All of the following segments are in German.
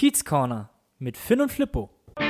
Kiez Corner mit Finn und Flippo.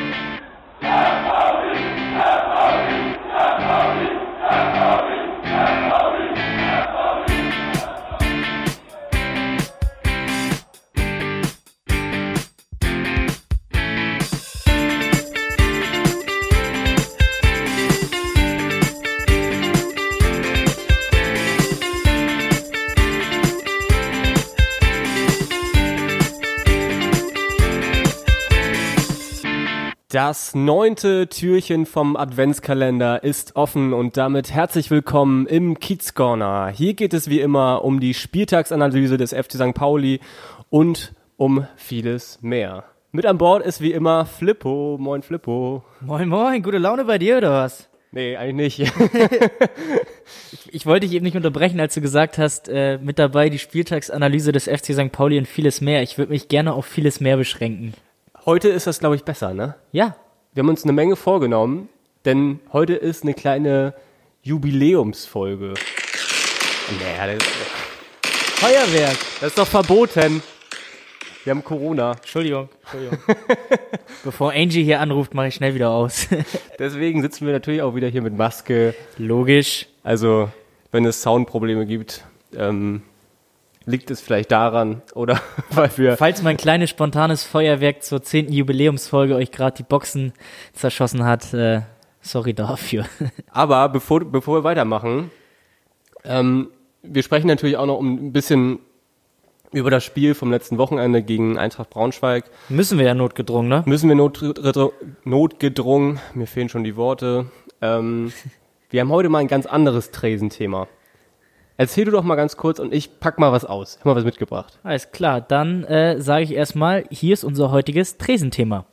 Das 9. Türchen vom Adventskalender ist offen und damit herzlich willkommen im Kiez Corner. Hier geht es wie immer um die Spieltagsanalyse des FC St. Pauli und um vieles mehr. Mit an Bord ist wie immer Flippo. Moin Flippo. Moin moin, gute Laune bei dir oder was? Nee, eigentlich nicht. Ich wollte dich eben nicht unterbrechen, als du gesagt hast, mit dabei die Spieltagsanalyse des FC St. Pauli und vieles mehr. Ich würde mich gerne auf vieles mehr beschränken. Heute ist das, glaube ich, besser, ne? Ja. Wir haben uns eine Menge vorgenommen, denn heute ist eine kleine Jubiläumsfolge. Nee, Feuerwerk. das ist doch verboten. Wir haben Corona. Entschuldigung. Bevor Angie hier anruft, mache ich schnell wieder aus. Deswegen sitzen wir natürlich auch wieder hier mit Maske. Logisch. Also, wenn es Soundprobleme gibt, liegt es vielleicht daran oder weil wir... Falls mein kleines spontanes Feuerwerk zur 10. Jubiläumsfolge euch gerade die Boxen zerschossen hat, sorry dafür. Aber bevor wir weitermachen, wir sprechen natürlich auch noch ein bisschen über das Spiel vom letzten Wochenende gegen Eintracht Braunschweig. Müssen wir ja notgedrungen, ne? Müssen wir notgedrungen, mir fehlen schon die Worte. Wir haben heute mal ein ganz anderes Tresenthema. Erzähl du doch mal ganz kurz und ich pack mal was aus. Ich hab mal was mitgebracht. Alles klar, dann sage ich erstmal, hier ist unser heutiges Tresenthema.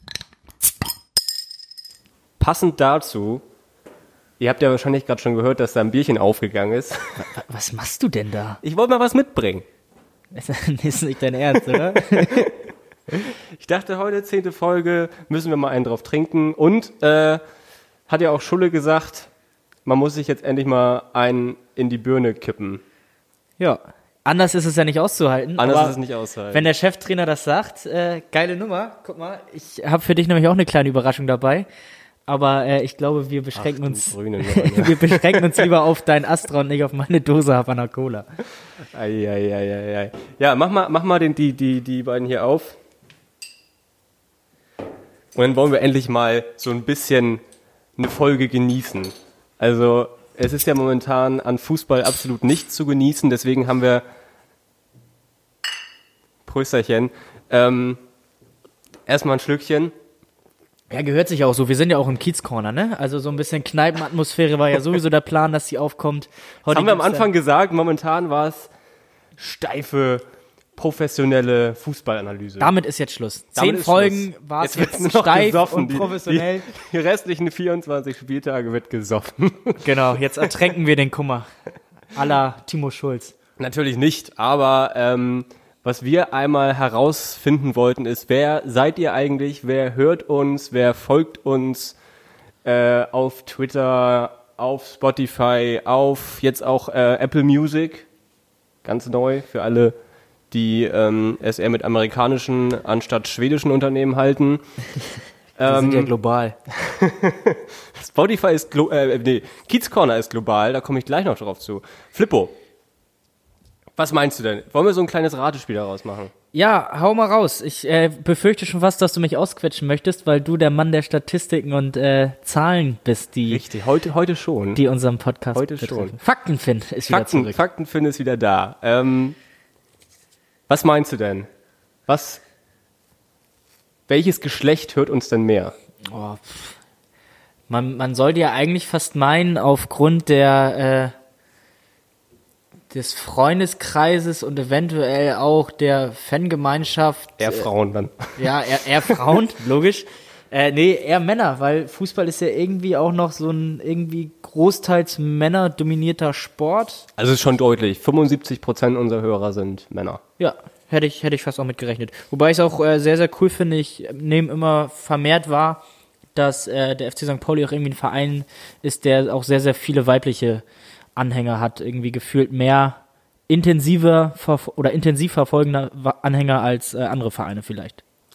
Passend dazu, ihr habt ja wahrscheinlich gerade schon gehört, dass da ein Bierchen aufgegangen ist. Was machst du denn da? Ich wollte mal was mitbringen. Das ist nicht dein Ernst, oder? Ich dachte, heute 10. Folge, müssen wir mal einen drauf trinken. Und hat ja auch Schulle gesagt, man muss sich jetzt endlich mal einen in die Birne kippen. Ja. Anders ist es ja nicht auszuhalten. Anders ist es nicht auszuhalten. Wenn der Cheftrainer das sagt, geile Nummer. Guck mal, ich habe für dich nämlich auch eine kleine Überraschung dabei. Aber ich glaube, wir beschränken uns lieber auf dein Astra und nicht auf meine Dose Havana Cola. Ei. Ja, mach mal die beiden hier auf. Und dann wollen wir endlich mal so ein bisschen eine Folge genießen. Also, es ist ja momentan an Fußball absolut nichts zu genießen, deswegen haben wir Prösterchen. Erstmal ein Schlückchen. Ja, gehört sich auch so. Wir sind ja auch im Kiez Corner, ne? Also so ein bisschen Kneipenatmosphäre war ja sowieso der Plan, dass sie aufkommt. Heute haben wir am Anfang gesagt, momentan war es steife, professionelle Fußballanalyse. Damit ist jetzt Schluss. 10 Folgen war es jetzt steif gesoffen, und professionell. Die restlichen 24 Spieltage wird gesoffen. Genau, jetzt ertränken wir den Kummer. À la Timo Schulz. Natürlich nicht, aber was wir einmal herausfinden wollten ist, wer seid ihr eigentlich, wer hört uns, wer folgt uns auf Twitter, auf Spotify, auf jetzt auch Apple Music, ganz neu für alle, die es eher mit amerikanischen anstatt schwedischen Unternehmen halten. Wir sind ja global. Spotify ist Kiez Corner ist global, da komme ich gleich noch drauf zu. Flippo, was meinst du denn? Wollen wir so ein kleines Ratespiel daraus machen? Ja, hau mal raus. Ich befürchte schon fast, dass du mich ausquetschen möchtest, weil du der Mann der Statistiken und Zahlen bist, die... Richtig, heute schon. Die unserem Podcast heute betreffen. Schon. Faktenfinn ist wieder zurück. Faktenfinn ist wieder da. Was meinst du denn? Welches Geschlecht hört uns denn mehr? Oh, man sollte ja eigentlich fast meinen, aufgrund des Freundeskreises und eventuell auch der Fangemeinschaft. Eher Frauen dann. Ja, eher Frauen, logisch. Eher Männer, weil Fußball ist ja irgendwie auch noch so ein irgendwie großteils männerdominierter Sport. Also ist schon deutlich, 75% unserer Hörer sind Männer. Ja, hätte ich fast auch mitgerechnet. Wobei ich es auch sehr, sehr cool finde, ich nehme immer vermehrt wahr, dass der FC St. Pauli auch irgendwie ein Verein ist, der auch sehr, sehr viele weibliche Anhänger hat, irgendwie gefühlt mehr intensiv verfolgende Anhänger als andere Vereine vielleicht.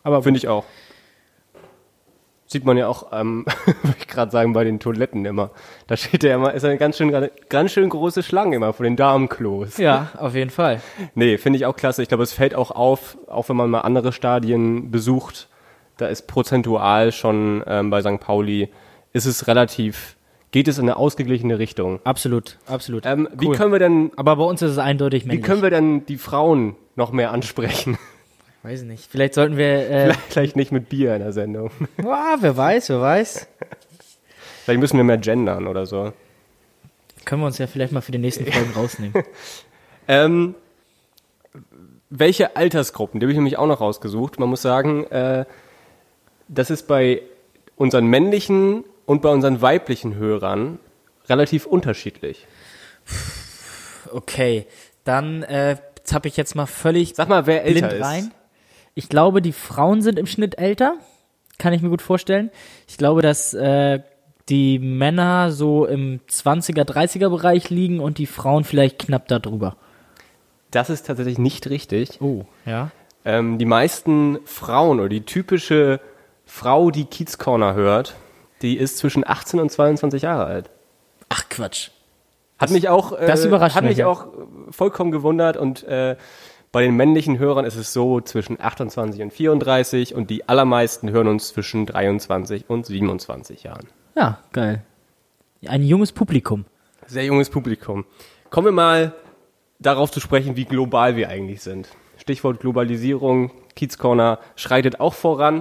Aber finde ich auch. Sieht man ja auch, würde ich gerade sagen, bei den Toiletten immer. Da steht ja immer, ist eine ganz schön große Schlange immer vor den Damenklos. ja, auf jeden Fall. Nee, finde ich auch klasse. Ich glaube, es fällt auch auf, auch wenn man mal andere Stadien besucht, da ist prozentual schon bei St. Pauli, geht es in eine ausgeglichene Richtung. Absolut, absolut. Wie können wir denn, Aber bei uns ist es eindeutig männlich. wie können wir denn die Frauen noch mehr ansprechen? Weiß nicht. Vielleicht sollten wir... Vielleicht nicht mit Bier in der Sendung. wer weiß. Vielleicht müssen wir mehr gendern oder so. Können wir uns ja vielleicht mal für die nächsten Folgen rausnehmen. Welche Altersgruppen? Die habe ich nämlich auch noch rausgesucht. Man muss sagen, das ist bei unseren männlichen und bei unseren weiblichen Hörern relativ unterschiedlich. Okay, dann zappe ich jetzt mal völlig Sag mal, wer älter blind rein. ist. Ich glaube, die Frauen sind im Schnitt älter. Kann ich mir gut vorstellen. Ich glaube, dass die Männer so im 20er, 30er Bereich liegen und die Frauen vielleicht knapp darüber. Das ist tatsächlich nicht richtig. Oh, ja. Die meisten Frauen oder die typische Frau, die Kiez Corner hört, die ist zwischen 18 und 22 Jahre alt. Ach, Quatsch. Hat mich auch, das überrascht mich, ja. auch vollkommen gewundert und bei den männlichen Hörern ist es so zwischen 28 und 34 und die allermeisten hören uns zwischen 23 und 27 Jahren. Ja, geil. Ein junges Publikum. Sehr junges Publikum. Kommen wir mal darauf zu sprechen, wie global wir eigentlich sind. Stichwort Globalisierung, Kiez Corner schreitet auch voran.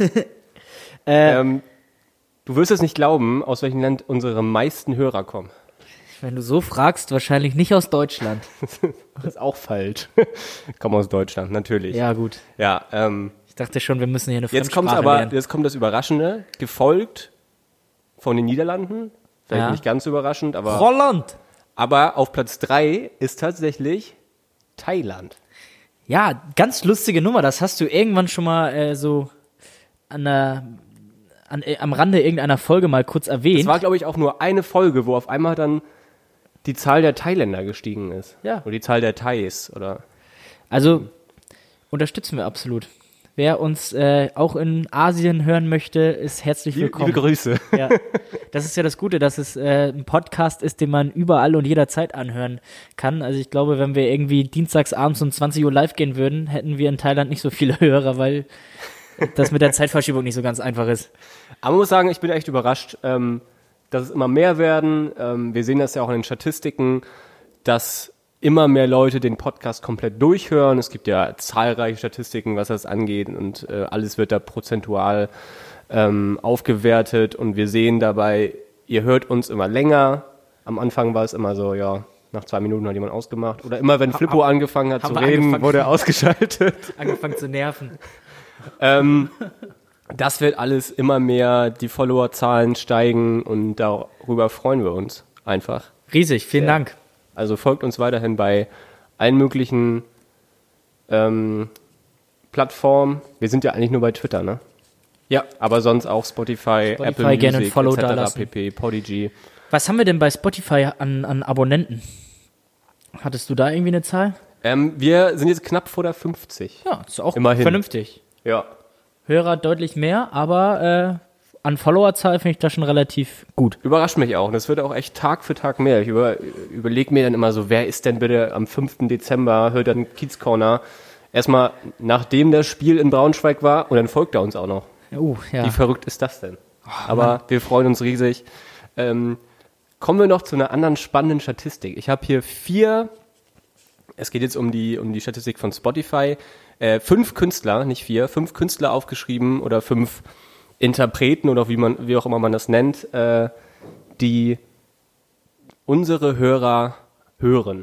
Du wirst es nicht glauben, aus welchem Land unsere meisten Hörer kommen. Wenn du so fragst, wahrscheinlich nicht aus Deutschland. Das ist auch falsch. Kommen aus Deutschland, natürlich. Ja, gut. Ja, Ich dachte schon, wir müssen hier eine jetzt Fremdsprache lernen. jetzt kommt das Überraschende, gefolgt von den Niederlanden. Vielleicht Ja. nicht ganz überraschend, aber Holland! Aber auf Platz 3 ist tatsächlich Thailand. Ja, ganz lustige Nummer. Das hast du irgendwann schon mal so am Rande irgendeiner Folge mal kurz erwähnt. Es war, glaube ich, auch nur eine Folge, wo auf einmal dann die Zahl der Thailänder gestiegen ist. Ja. Oder die Zahl der Thais. Oder Also unterstützen wir absolut. Wer uns auch in Asien hören möchte, ist herzlich willkommen. Liebe Grüße. Ja. Das ist ja das Gute, dass es ein Podcast ist, den man überall und jederzeit anhören kann. Also ich glaube, wenn wir irgendwie dienstags abends um 20 Uhr live gehen würden, hätten wir in Thailand nicht so viele Hörer, weil das mit der Zeitverschiebung nicht so ganz einfach ist. Aber man muss sagen, ich bin echt überrascht, dass es immer mehr werden. Wir sehen das ja auch in den Statistiken, dass immer mehr Leute den Podcast komplett durchhören. Es gibt ja zahlreiche Statistiken, was das angeht und alles wird da prozentual aufgewertet und wir sehen dabei, ihr hört uns immer länger. Am Anfang war es immer so, ja, nach 2 Minuten hat jemand ausgemacht. Oder immer, wenn Flippo angefangen hat zu reden, wurde er ausgeschaltet. Angefangen zu nerven. Das wird alles immer mehr, die Followerzahlen steigen und darüber freuen wir uns einfach. Riesig, vielen Dank. Also folgt uns weiterhin bei allen möglichen Plattformen. Wir sind ja eigentlich nur bei Twitter, ne? Ja. Aber sonst auch Spotify Apple Music, gerne ein Follow etc., dalassen. pp, Podigy. Was haben wir denn bei Spotify an Abonnenten? Hattest du da irgendwie eine Zahl? Wir sind jetzt knapp vor der 50. Ja, ist auch Immerhin. vernünftig. Ja. Hörer deutlich mehr, aber an Followerzahl finde ich das schon relativ gut. Überrascht mich auch. Und das wird auch echt Tag für Tag mehr. Ich überlege mir dann immer so, wer ist denn bitte am 5. Dezember, hört dann Kiez Corner. Erstmal, nachdem das Spiel in Braunschweig war, und dann folgt er uns auch noch. Ja. Wie verrückt ist das denn? Aber wir freuen uns riesig. Kommen wir noch zu einer anderen spannenden Statistik. Ich habe hier 4, es geht jetzt um die Statistik von Spotify, 5 Künstler, nicht 4, 5 Künstler aufgeschrieben oder 5 Interpreten oder wie auch immer man das nennt, die unsere Hörer hören.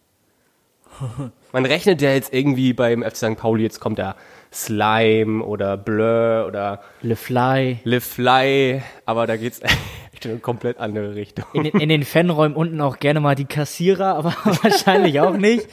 Man rechnet ja jetzt irgendwie beim FC St. Pauli, jetzt kommt da Slime oder Blur oder Le Fly, aber da geht's echt in eine komplett andere Richtung. In den Fanräumen unten auch gerne mal die Kassierer, aber wahrscheinlich auch nicht.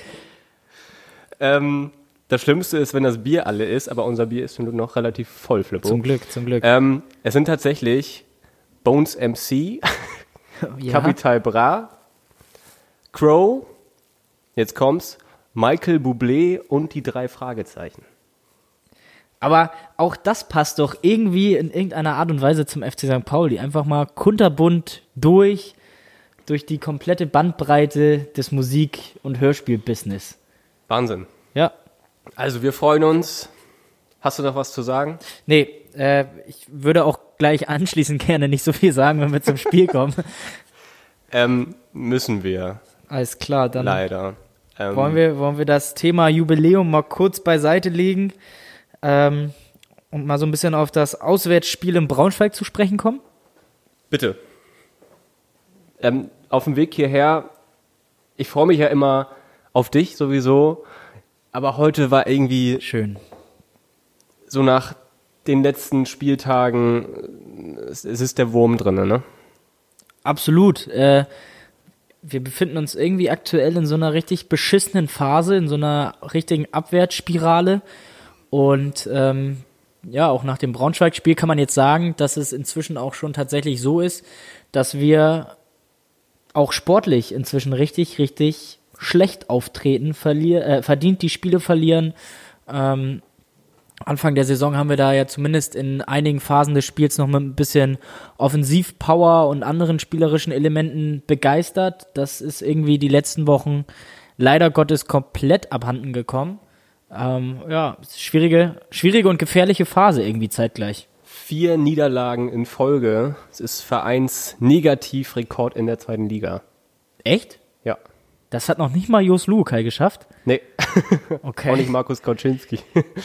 Das Schlimmste ist, wenn das Bier alle ist, aber unser Bier ist noch relativ voll, Flippo. Zum Glück. Es sind tatsächlich Bones MC, Ja. Capital Bra, Crow, jetzt kommt's, Michael Bublé und die 3 Fragezeichen. Aber auch das passt doch irgendwie in irgendeiner Art und Weise zum FC St. Pauli. Einfach mal kunterbunt durch die komplette Bandbreite des Musik- und Hörspiel-Business. Wahnsinn. Ja. Also wir freuen uns. Hast du noch was zu sagen? Nee, ich würde auch gleich anschließend gerne nicht so viel sagen, wenn wir zum Spiel kommen. Müssen wir. Alles klar, dann Leider. wollen wir das Thema Jubiläum mal kurz beiseite legen und mal so ein bisschen auf das Auswärtsspiel in Braunschweig zu sprechen kommen? Bitte. Auf dem Weg hierher, ich freue mich ja immer auf dich sowieso, aber heute war irgendwie Schön. so nach den letzten Spieltagen, es ist der Wurm drin, ne? Absolut. Wir befinden uns irgendwie aktuell in so einer richtig beschissenen Phase, in so einer richtigen Abwärtsspirale. Und ja, auch nach dem Braunschweig-Spiel kann man jetzt sagen, dass es inzwischen auch schon tatsächlich so ist, dass wir auch sportlich inzwischen richtig, richtig schlecht auftreten, verdient die Spiele verlieren. Anfang der Saison haben wir da ja zumindest in einigen Phasen des Spiels noch mit ein bisschen Offensivpower und anderen spielerischen Elementen begeistert. Das ist irgendwie die letzten Wochen leider Gottes komplett abhanden gekommen. Ja, schwierige und gefährliche Phase irgendwie zeitgleich. 4 Niederlagen in Folge. Es ist Vereinsnegativrekord in der 2. Liga. Echt? Ja. Das hat noch nicht mal Jos Luhukay geschafft? Nee. Okay. Auch nicht Markus Kauczynski.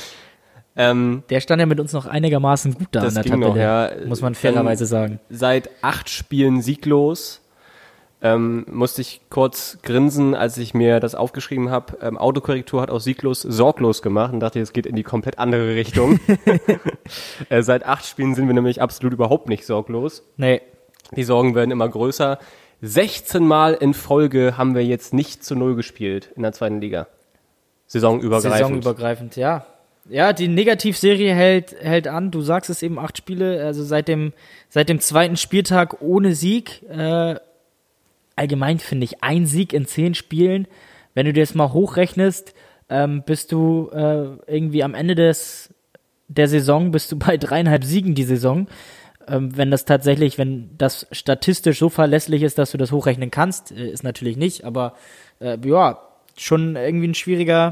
Der stand ja mit uns noch einigermaßen gut da Das in der ging Tabelle, noch, ja. muss man fairerweise sagen. Seit 8 Spielen sieglos. Musste ich kurz grinsen, als ich mir das aufgeschrieben habe. Autokorrektur hat aus sieglos sorglos gemacht und dachte, es geht in die komplett andere Richtung. Seit 8 Spielen sind wir nämlich absolut überhaupt nicht sorglos. Nee. Die Sorgen werden immer größer. 16 Mal in Folge haben wir jetzt nicht zu 0 gespielt in der 2. Liga. Saisonübergreifend. Ja. Ja, die Negativserie hält an. Du sagst es eben, 8 Spiele, also seit dem 2. Spieltag ohne Sieg. Allgemein finde ich, ein Sieg in 10 Spielen. Wenn du dir das mal hochrechnest, bist du irgendwie am Ende der Saison bist du bei 3,5 Siegen die Saison. Wenn das statistisch so verlässlich ist, dass du das hochrechnen kannst, ist natürlich nicht, aber ja, schon irgendwie ein schwieriger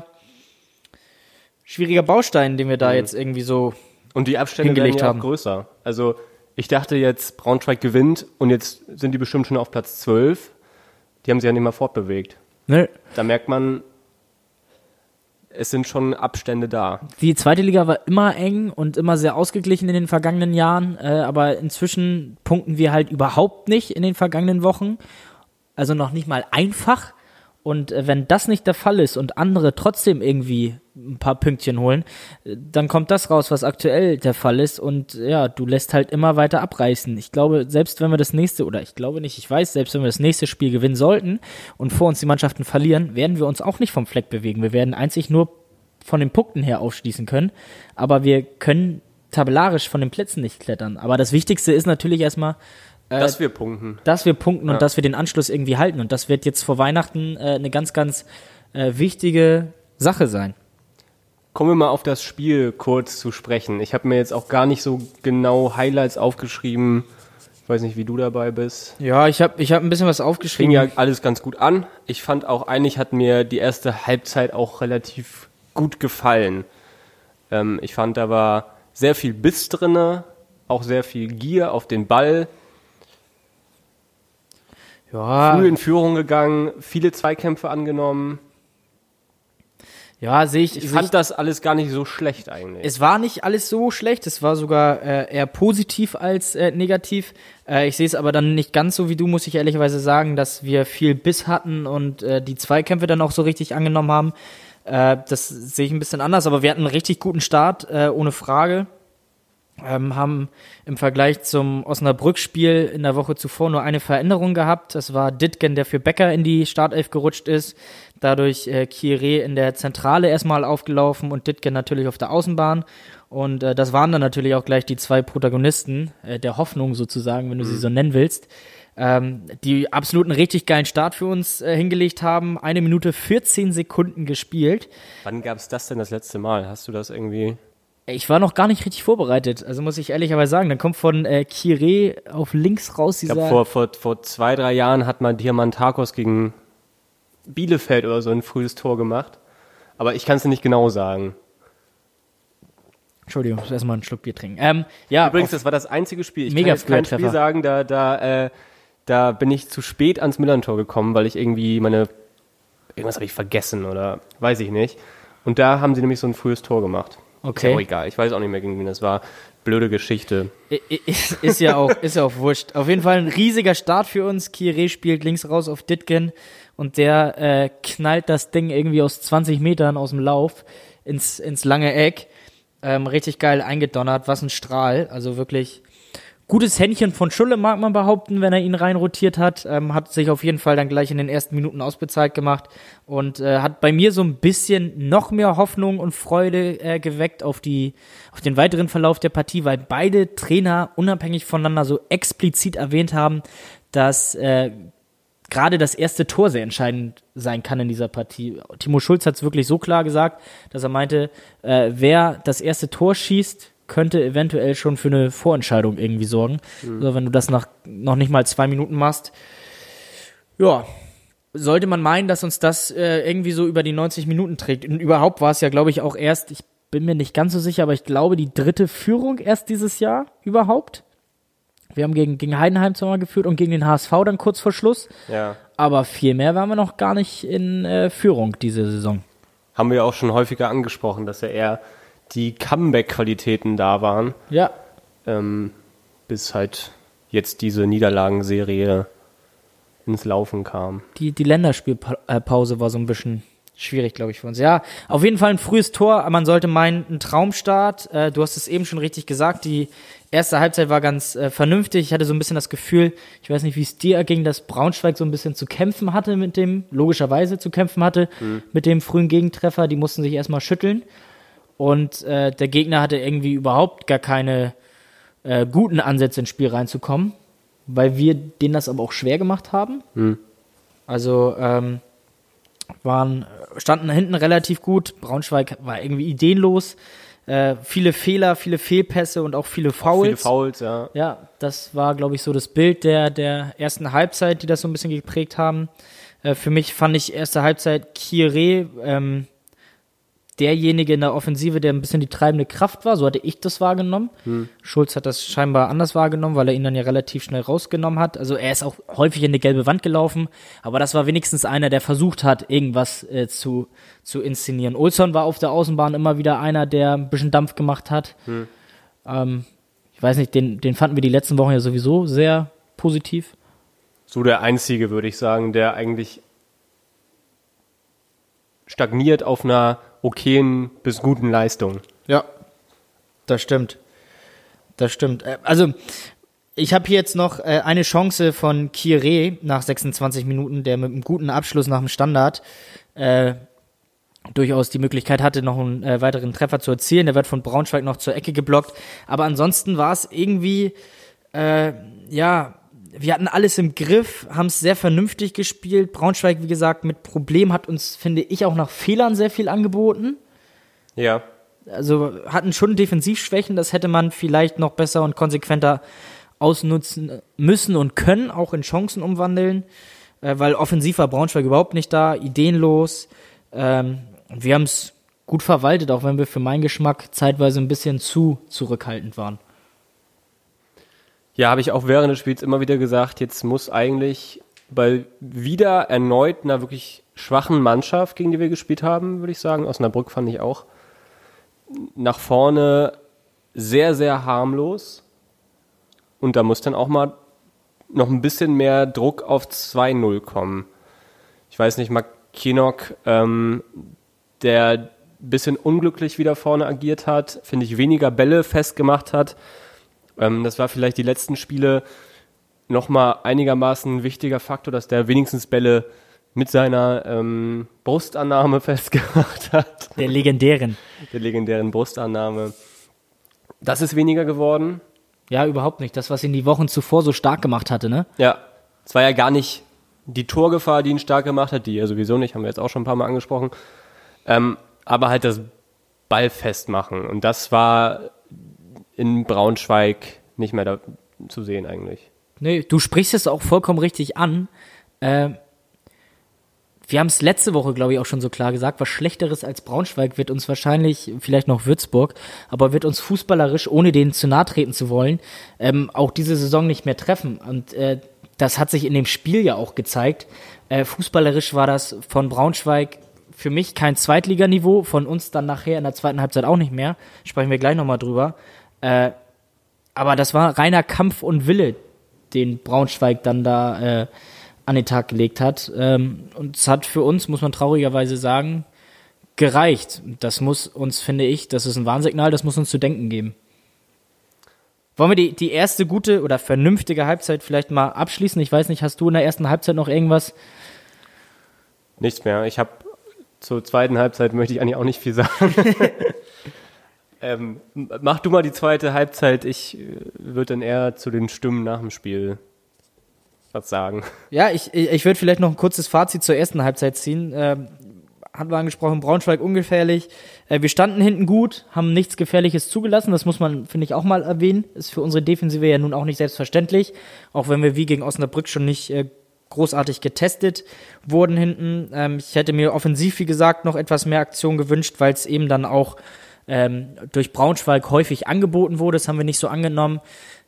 Baustein, den wir da jetzt irgendwie so und die Abstände werden ja auch größer. Also ich dachte jetzt, Braunschweig gewinnt und jetzt sind die bestimmt schon auf Platz 12. Die haben sich ja nicht mal fortbewegt. Ne. Da merkt man, es sind schon Abstände da. Die 2. Liga war immer eng und immer sehr ausgeglichen in den vergangenen Jahren, aber inzwischen punkten wir halt überhaupt nicht in den vergangenen Wochen. Also noch nicht mal einfach. Und wenn das nicht der Fall ist und andere trotzdem irgendwie ein paar Pünktchen holen, dann kommt das raus, was aktuell der Fall ist. Und ja, du lässt halt immer weiter abreißen. Ich glaube, selbst wenn wir selbst wenn wir das nächste Spiel gewinnen sollten und vor uns die Mannschaften verlieren, werden wir uns auch nicht vom Fleck bewegen. Wir werden einzig nur von den Punkten her aufschließen können. Aber wir können tabellarisch von den Plätzen nicht klettern. Aber das Wichtigste ist natürlich erstmal, dass wir punkten. Ja. Und dass wir den Anschluss irgendwie halten. Und das wird jetzt vor Weihnachten eine ganz, ganz wichtige Sache sein. Kommen wir mal auf das Spiel kurz zu sprechen. Ich habe mir jetzt auch gar nicht so genau Highlights aufgeschrieben. Ich weiß nicht, wie du dabei bist. Ja, ich hab ein bisschen was aufgeschrieben. Fing ja alles ganz gut an. Ich fand auch, eigentlich hat mir die erste Halbzeit auch relativ gut gefallen. Ich fand, da war sehr viel Biss drinne, auch sehr viel Gier auf den Ball. Ja. Früh in Führung gegangen, viele Zweikämpfe angenommen. Ja, Ich fand das alles gar nicht so schlecht eigentlich. Es war nicht alles so schlecht, es war sogar eher positiv als negativ. Ich sehe es aber dann nicht ganz so wie du, muss ich ehrlicherweise sagen, dass wir viel Biss hatten und die Zweikämpfe dann auch so richtig angenommen haben. Das sehe ich ein bisschen anders, aber wir hatten einen richtig guten Start, ohne Frage. Haben im Vergleich zum Osnabrück-Spiel in der Woche zuvor nur eine Veränderung gehabt. Das war Dittgen, der für Becker in die Startelf gerutscht ist. Dadurch Kieré in der Zentrale erstmal aufgelaufen und Dittgen natürlich auf der Außenbahn. Und das waren dann natürlich auch gleich die 2 Protagonisten der Hoffnung sozusagen, wenn du sie so nennen willst, die absolut einen richtig geilen Start für uns hingelegt haben. 1 Minute 14 Sekunden gespielt. Wann gab es das denn das letzte Mal? Hast du das irgendwie? Ich war noch gar nicht richtig vorbereitet, also muss ich ehrlicherweise sagen. Dann kommt von Kire auf links raus Ich dieser... glaube, vor 2-3 Jahren hat man Diamantakos gegen Bielefeld oder so ein frühes Tor gemacht. Aber ich kann es dir nicht genau sagen. Entschuldigung, ich muss erstmal einen Schluck Bier trinken. Ja, Übrigens, das war das einzige Spiel. Ich Mega kann jetzt kein früher Spiel Treffer. sagen, da bin ich zu spät ans Millern-Tor gekommen, weil ich irgendwie irgendwas habe ich vergessen oder weiß ich nicht. Und da haben sie nämlich so ein frühes Tor gemacht. Okay. Ist ja auch egal, ich weiß auch nicht mehr, gegen wen das war. Blöde Geschichte. Ist ja auch wurscht. Auf jeden Fall ein riesiger Start für uns. Kire spielt links raus auf Ditgen und der knallt das Ding irgendwie aus 20 Metern aus dem Lauf ins lange Eck. Richtig geil eingedonnert, was ein Strahl. Also wirklich gutes Händchen von Schulle, mag man behaupten, wenn er ihn reinrotiert hat. Hat sich auf jeden Fall dann gleich in den ersten Minuten ausbezahlt gemacht und hat bei mir so ein bisschen noch mehr Hoffnung und Freude geweckt auf den weiteren Verlauf der Partie, weil beide Trainer unabhängig voneinander so explizit erwähnt haben, dass gerade das erste Tor sehr entscheidend sein kann in dieser Partie. Timo Schulz hat es wirklich so klar gesagt, dass er meinte, wer das erste Tor schießt, könnte eventuell schon für eine Vorentscheidung irgendwie sorgen. Also wenn du das nach noch nicht mal 2 Minuten machst, ja, sollte man meinen, dass uns das irgendwie so über die 90 Minuten trägt. Und überhaupt war es ja, glaube ich, auch erst, ich bin mir nicht ganz so sicher, aber ich glaube, die 3. Führung erst dieses Jahr überhaupt. Wir haben gegen Heidenheim zweimal geführt und gegen den HSV dann kurz vor Schluss. Ja. Aber viel mehr waren wir noch gar nicht in Führung diese Saison. Haben wir ja auch schon häufiger angesprochen, dass ja eher die Comeback-Qualitäten da waren, Ja, bis halt jetzt diese Niederlagenserie ins Laufen kam. die Länderspielpause war so ein bisschen schwierig, glaube ich, für uns. Ja, auf jeden Fall ein frühes Tor. Man sollte meinen, ein Traumstart. Du hast es eben schon richtig gesagt. Die erste Halbzeit war ganz vernünftig. Ich hatte so ein bisschen das Gefühl, ich weiß nicht, wie es dir erging, dass Braunschweig so ein bisschen zu kämpfen hatte mit dem frühen Gegentreffer. Die mussten sich erstmal schütteln. Und der Gegner hatte irgendwie überhaupt gar keine guten Ansätze ins Spiel reinzukommen, weil wir denen das aber auch schwer gemacht haben. Also standen hinten relativ gut. Braunschweig war irgendwie ideenlos. Viele Fehler, viele Fehlpässe und auch viele Fouls. Viele Fouls, ja. Ja, das war, glaube ich, so das Bild der ersten Halbzeit, die das so ein bisschen geprägt haben. Für mich fand ich erste Halbzeit Kire derjenige in der Offensive, der ein bisschen die treibende Kraft war. So hatte ich das wahrgenommen. Schulz hat das scheinbar anders wahrgenommen, weil er ihn dann ja relativ schnell rausgenommen hat. Also er ist auch häufig in eine gelbe Wand gelaufen, aber das war wenigstens einer, der versucht hat, irgendwas zu inszenieren. Olsson war auf der Außenbahn immer wieder einer, der ein bisschen Dampf gemacht hat. Ich weiß nicht, den fanden wir die letzten Wochen ja sowieso sehr positiv. So der einzige, würde ich sagen, der eigentlich stagniert auf einer okayen bis guten Leistung. Ja, das stimmt. Also, ich habe hier jetzt noch eine Chance von Kire nach 26 Minuten, der mit einem guten Abschluss nach dem Standard durchaus die Möglichkeit hatte, noch einen weiteren Treffer zu erzielen. Der wird von Braunschweig noch zur Ecke geblockt. Aber ansonsten war es irgendwie, wir hatten alles im Griff, haben es sehr vernünftig gespielt. Braunschweig, wie gesagt, mit Problem hat uns, finde ich, auch nach Fehlern sehr viel angeboten. Ja. Also hatten schon Defensivschwächen, das hätte man vielleicht noch besser und konsequenter ausnutzen müssen und können, auch in Chancen umwandeln, weil offensiv war Braunschweig überhaupt nicht da, ideenlos. Wir haben es gut verwaltet, auch wenn wir für meinen Geschmack zeitweise ein bisschen zu zurückhaltend waren. Ja, habe ich auch während des Spiels immer wieder gesagt, jetzt muss eigentlich bei wieder erneut einer wirklich schwachen Mannschaft, gegen die wir gespielt haben, würde ich sagen, Osnabrück fand ich auch, nach vorne sehr, sehr harmlos. Und da muss dann auch mal noch ein bisschen mehr Druck auf 2-0 kommen. Ich weiß nicht, Kinnock, der ein bisschen unglücklich wieder vorne agiert hat, finde ich, weniger Bälle festgemacht hat. Das war vielleicht die letzten Spiele nochmal einigermaßen ein wichtiger Faktor, dass der wenigstens Bälle mit seiner Brustannahme festgemacht hat. Der legendären Brustannahme. Das ist weniger geworden. Ja, überhaupt nicht. Das, was ihn die Wochen zuvor so stark gemacht hatte, ne? Ja, es war ja gar nicht die Torgefahr, die ihn stark gemacht hat, die er sowieso nicht, haben wir jetzt auch schon ein paar Mal angesprochen. Aber halt das Ball festmachen. Und das war in Braunschweig nicht mehr da zu sehen eigentlich. Nee, du sprichst es auch vollkommen richtig an. Wir haben es letzte Woche, glaube ich, auch schon so klar gesagt, was Schlechteres als Braunschweig wird uns wahrscheinlich, vielleicht noch Würzburg, aber wird uns fußballerisch, ohne denen zu nahe treten zu wollen, auch diese Saison nicht mehr treffen. Und das hat sich in dem Spiel ja auch gezeigt. Fußballerisch war das von Braunschweig für mich kein Zweitliganiveau, von uns dann nachher in der zweiten Halbzeit auch nicht mehr. Sprechen wir gleich nochmal drüber. Aber das war reiner Kampf und Wille, den Braunschweig dann da an den Tag gelegt hat. Und es hat für uns, muss man traurigerweise sagen, gereicht. Das muss uns, finde ich, das ist ein Warnsignal, das muss uns zu denken geben. Wollen wir die erste gute oder vernünftige Halbzeit vielleicht mal abschließen? Ich weiß nicht, hast du in der ersten Halbzeit noch irgendwas? Nichts mehr. Ich habe zur zweiten Halbzeit möchte ich eigentlich auch nicht viel sagen. Mach du mal die zweite Halbzeit. Ich würde dann eher zu den Stimmen nach dem Spiel was sagen. Ja, ich würde vielleicht noch ein kurzes Fazit zur ersten Halbzeit ziehen. Hatten wir angesprochen, Braunschweig ungefährlich. Wir standen hinten gut, haben nichts Gefährliches zugelassen. Das muss man, finde ich, auch mal erwähnen. Ist für unsere Defensive ja nun auch nicht selbstverständlich. Auch wenn wir wie gegen Osnabrück schon nicht großartig getestet wurden hinten. Ich hätte mir offensiv, wie gesagt, noch etwas mehr Aktion gewünscht, weil es eben dann auch durch Braunschweig häufig angeboten wurde. Das haben wir nicht so angenommen.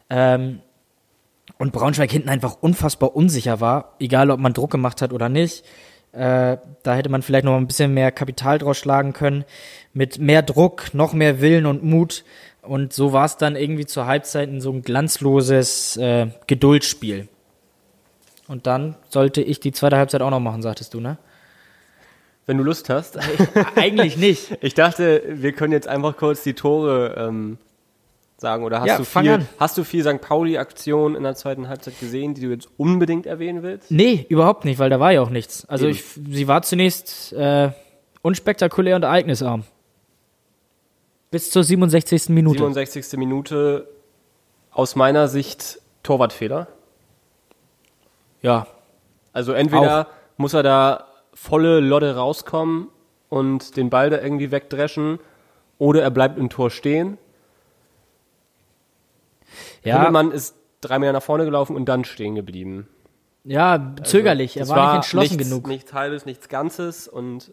Und Braunschweig hinten einfach unfassbar unsicher war, egal ob man Druck gemacht hat oder nicht. Da hätte man vielleicht noch ein bisschen mehr Kapital draus schlagen können. Mit mehr Druck, noch mehr Willen und Mut. Und so war es dann irgendwie zur Halbzeit in so ein glanzloses Geduldsspiel. Und dann sollte ich die zweite Halbzeit auch noch machen, sagtest du, ne? Wenn du Lust hast. Eigentlich nicht. Ich dachte, wir können jetzt einfach kurz die Tore sagen. Oder hast du viel St. Pauli-Aktion in der zweiten Halbzeit gesehen, die du jetzt unbedingt erwähnen willst? Nee, überhaupt nicht, weil da war ja auch nichts. Also sie war zunächst unspektakulär und ereignisarm. Bis zur 67. Minute. 67. Minute, aus meiner Sicht Torwartfehler. Ja. Also entweder muss er da volle Lodde rauskommen und den Ball da irgendwie wegdreschen, oder er bleibt im Tor stehen. Ja. Himmelmann ist 3 Meter nach vorne gelaufen und dann stehen geblieben. Ja, zögerlich. Also, er war nicht entschlossen genug. Nichts Halbes, nichts Ganzes und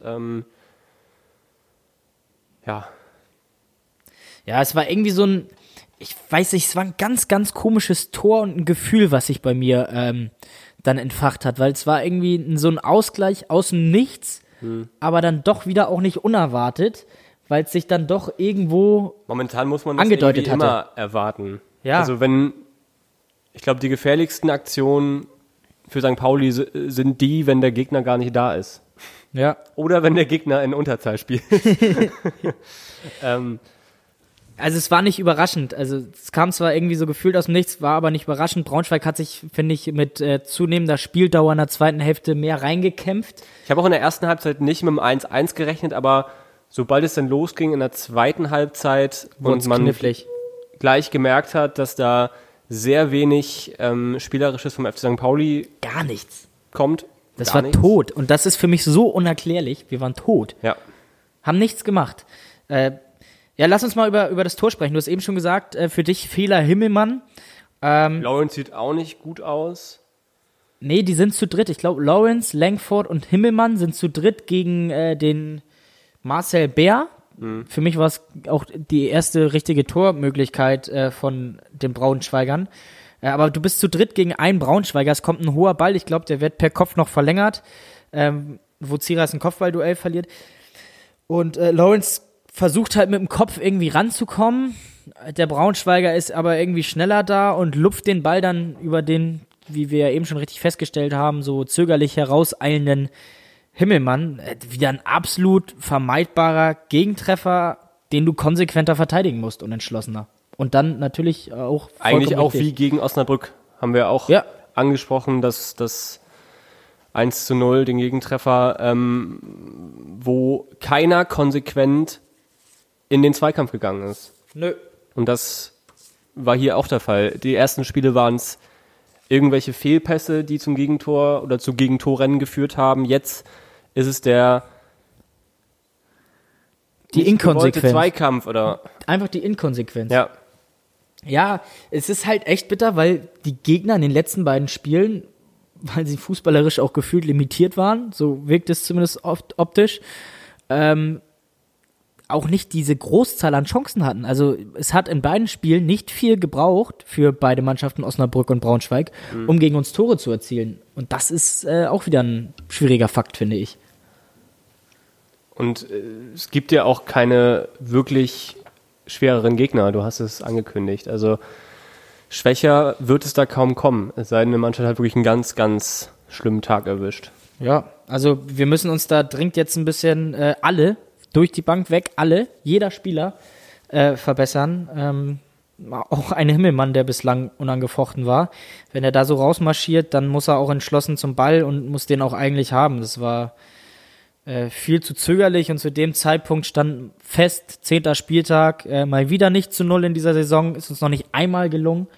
ja. Ja, es war irgendwie so ein, ich weiß nicht, es war ein ganz, ganz komisches Tor und ein Gefühl, was sich bei mir dann entfacht hat, weil es war irgendwie so ein Ausgleich aus dem Nichts, aber dann doch wieder auch nicht unerwartet, weil es sich dann doch irgendwo momentan muss man das angedeutet irgendwie hatte. Immer erwarten. Ja. Also ich glaube, die gefährlichsten Aktionen für St. Pauli sind die, wenn der Gegner gar nicht da ist. Ja. Oder wenn der Gegner in Unterzahl spielt. Also es war nicht überraschend. Also es kam zwar irgendwie so gefühlt aus dem Nichts, war aber nicht überraschend. Braunschweig hat sich, finde ich, mit zunehmender Spieldauer in der zweiten Hälfte mehr reingekämpft. Ich habe auch in der ersten Halbzeit nicht mit dem 1-1 gerechnet, aber sobald es dann losging in der zweiten Halbzeit und man gleich gemerkt hat, dass da sehr wenig Spielerisches vom FC St. Pauli gar nichts kommt. Das war tot. Und das ist für mich so unerklärlich. Wir waren tot. Ja. Haben nichts gemacht. Ja, lass uns mal über das Tor sprechen. Du hast eben schon gesagt, für dich Fehler Himmelmann. Lawrence sieht auch nicht gut aus. Nee, die sind zu dritt. Ich glaube, Lawrence, Langford und Himmelmann sind zu dritt gegen den Marcel Bär. Für mich war es auch die erste richtige Tormöglichkeit von den Braunschweigern. Aber du bist zu dritt gegen einen Braunschweiger. Es kommt ein hoher Ball. Ich glaube, der wird per Kopf noch verlängert, wo Ziereis ein Kopfballduell verliert. Und Lawrence versucht halt mit dem Kopf irgendwie ranzukommen. Der Braunschweiger ist aber irgendwie schneller da und lupft den Ball dann über den, wie wir ja eben schon richtig festgestellt haben, so zögerlich herauseilenden Himmelmann. Wieder ein absolut vermeidbarer Gegentreffer, den du konsequenter verteidigen musst und entschlossener. Und dann natürlich auch eigentlich auch richtig. Wie gegen Osnabrück haben wir auch angesprochen, dass das 1:0, den Gegentreffer, wo keiner konsequent in den Zweikampf gegangen ist. Nö. Und das war hier auch der Fall. Die ersten Spiele waren es irgendwelche Fehlpässe, die zum Gegentor oder zu Gegentorrennen geführt haben. Jetzt ist es der Die nicht gewollte Inkonsequenz. Zweikampf oder... Einfach die Inkonsequenz. Ja. Ja, es ist halt echt bitter, weil die Gegner in den letzten beiden Spielen, weil sie fußballerisch auch gefühlt limitiert waren, so wirkt es zumindest oft optisch, auch nicht diese Großzahl an Chancen hatten. Also es hat in beiden Spielen nicht viel gebraucht für beide Mannschaften Osnabrück und Braunschweig, um gegen uns Tore zu erzielen. Und das ist auch wieder ein schwieriger Fakt, finde ich. Und es gibt ja auch keine wirklich schwereren Gegner, du hast es angekündigt. Also schwächer wird es da kaum kommen, es sei denn, eine Mannschaft hat wirklich einen ganz, ganz schlimmen Tag erwischt. Ja, also wir müssen uns da dringend jetzt ein bisschen alle, durch die Bank weg, jeder Spieler verbessern. Auch ein Himmelmann, der bislang unangefochten war. Wenn er da so rausmarschiert, dann muss er auch entschlossen zum Ball und muss den auch eigentlich haben. Das war viel zu zögerlich und zu dem Zeitpunkt stand fest, 10. Spieltag, mal wieder nicht zu 0 in dieser Saison, ist uns noch nicht einmal gelungen.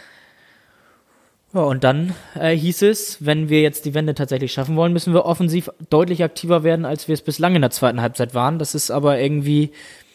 Ja, und dann hieß es, wenn wir jetzt die Wende tatsächlich schaffen wollen, müssen wir offensiv deutlich aktiver werden, als wir es bislang in der zweiten Halbzeit waren. Das ist aber irgendwie